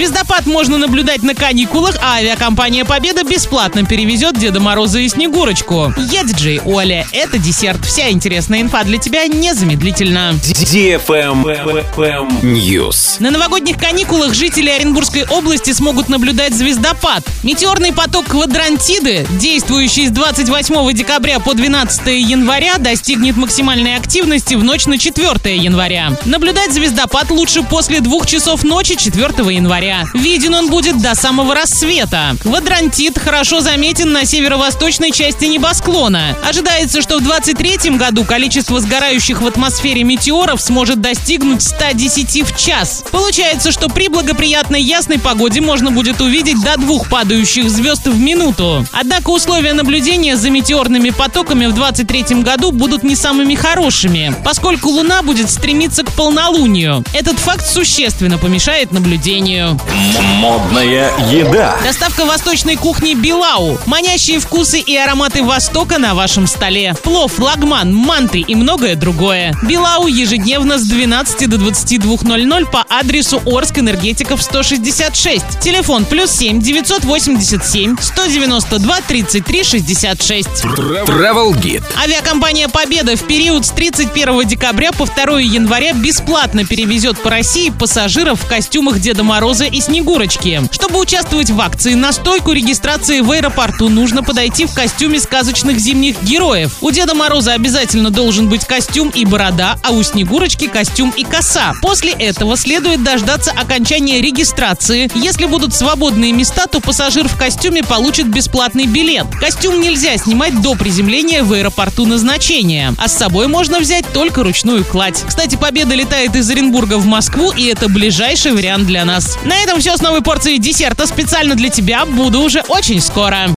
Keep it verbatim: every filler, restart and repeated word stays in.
Звездопад можно наблюдать на каникулах, а авиакомпания «Победа» бесплатно перевезет Деда Мороза и Снегурочку. Я диджей Оля. Это десерт. Вся интересная инфа для тебя незамедлительно. News. На новогодних каникулах жители Оренбургской области смогут наблюдать звездопад. Метеорный поток Квадрантиды, действующий с двадцать восьмого декабря по двенадцатое января, достигнет максимальной активности в ночь на четвертое января. Наблюдать звездопад лучше после двух часов ночи четвертого января. Виден он будет до самого рассвета. Квадрантид хорошо заметен на северо-восточной части небосклона. Ожидается, что в двадцать третьем году количество сгорающих в атмосфере метеоров сможет достигнуть ста десяти в час. Получается, что при благоприятной ясной погоде можно будет увидеть до двух падающих звезд в минуту. Однако условия наблюдения за метеорными потоками в двадцать третьем году будут не самыми хорошими, поскольку Луна будет стремиться к полнолунию. Этот факт существенно помешает наблюдению. Модная еда. Доставка восточной кухни «Билау». Манящие вкусы и ароматы Востока на вашем столе. Плов, лагман, мантри и многое другое. «Билау» ежедневно с двенадцати до двадцати двух ноль-ноль по адресу Орск, Энергетиков сто шестьдесят шесть. Телефон плюс семь девятьсот восемьдесят семь сто девяносто два тридцать три шестьдесят шесть. Travel Guide. Авиакомпания «Победа» в период с тридцать первого декабря по второго января бесплатно перевезет по России пассажиров в костюмах Деда Мороза и Снегурочки. Чтобы участвовать в акции, на стойку регистрации в аэропорту нужно подойти в костюме сказочных зимних героев. У Деда Мороза обязательно должен быть костюм и борода, а у Снегурочки костюм и коса. После этого следует дождаться окончания регистрации. Если будут свободные места, то пассажир в костюме получит бесплатный билет. Костюм нельзя снимать до приземления в аэропорту назначения, а с собой можно взять только ручную кладь. Кстати, «Победа» летает из Оренбурга в Москву, и это ближайший вариант для нас. На этом все с новой порцией десерта специально для тебя. Буду уже очень скоро.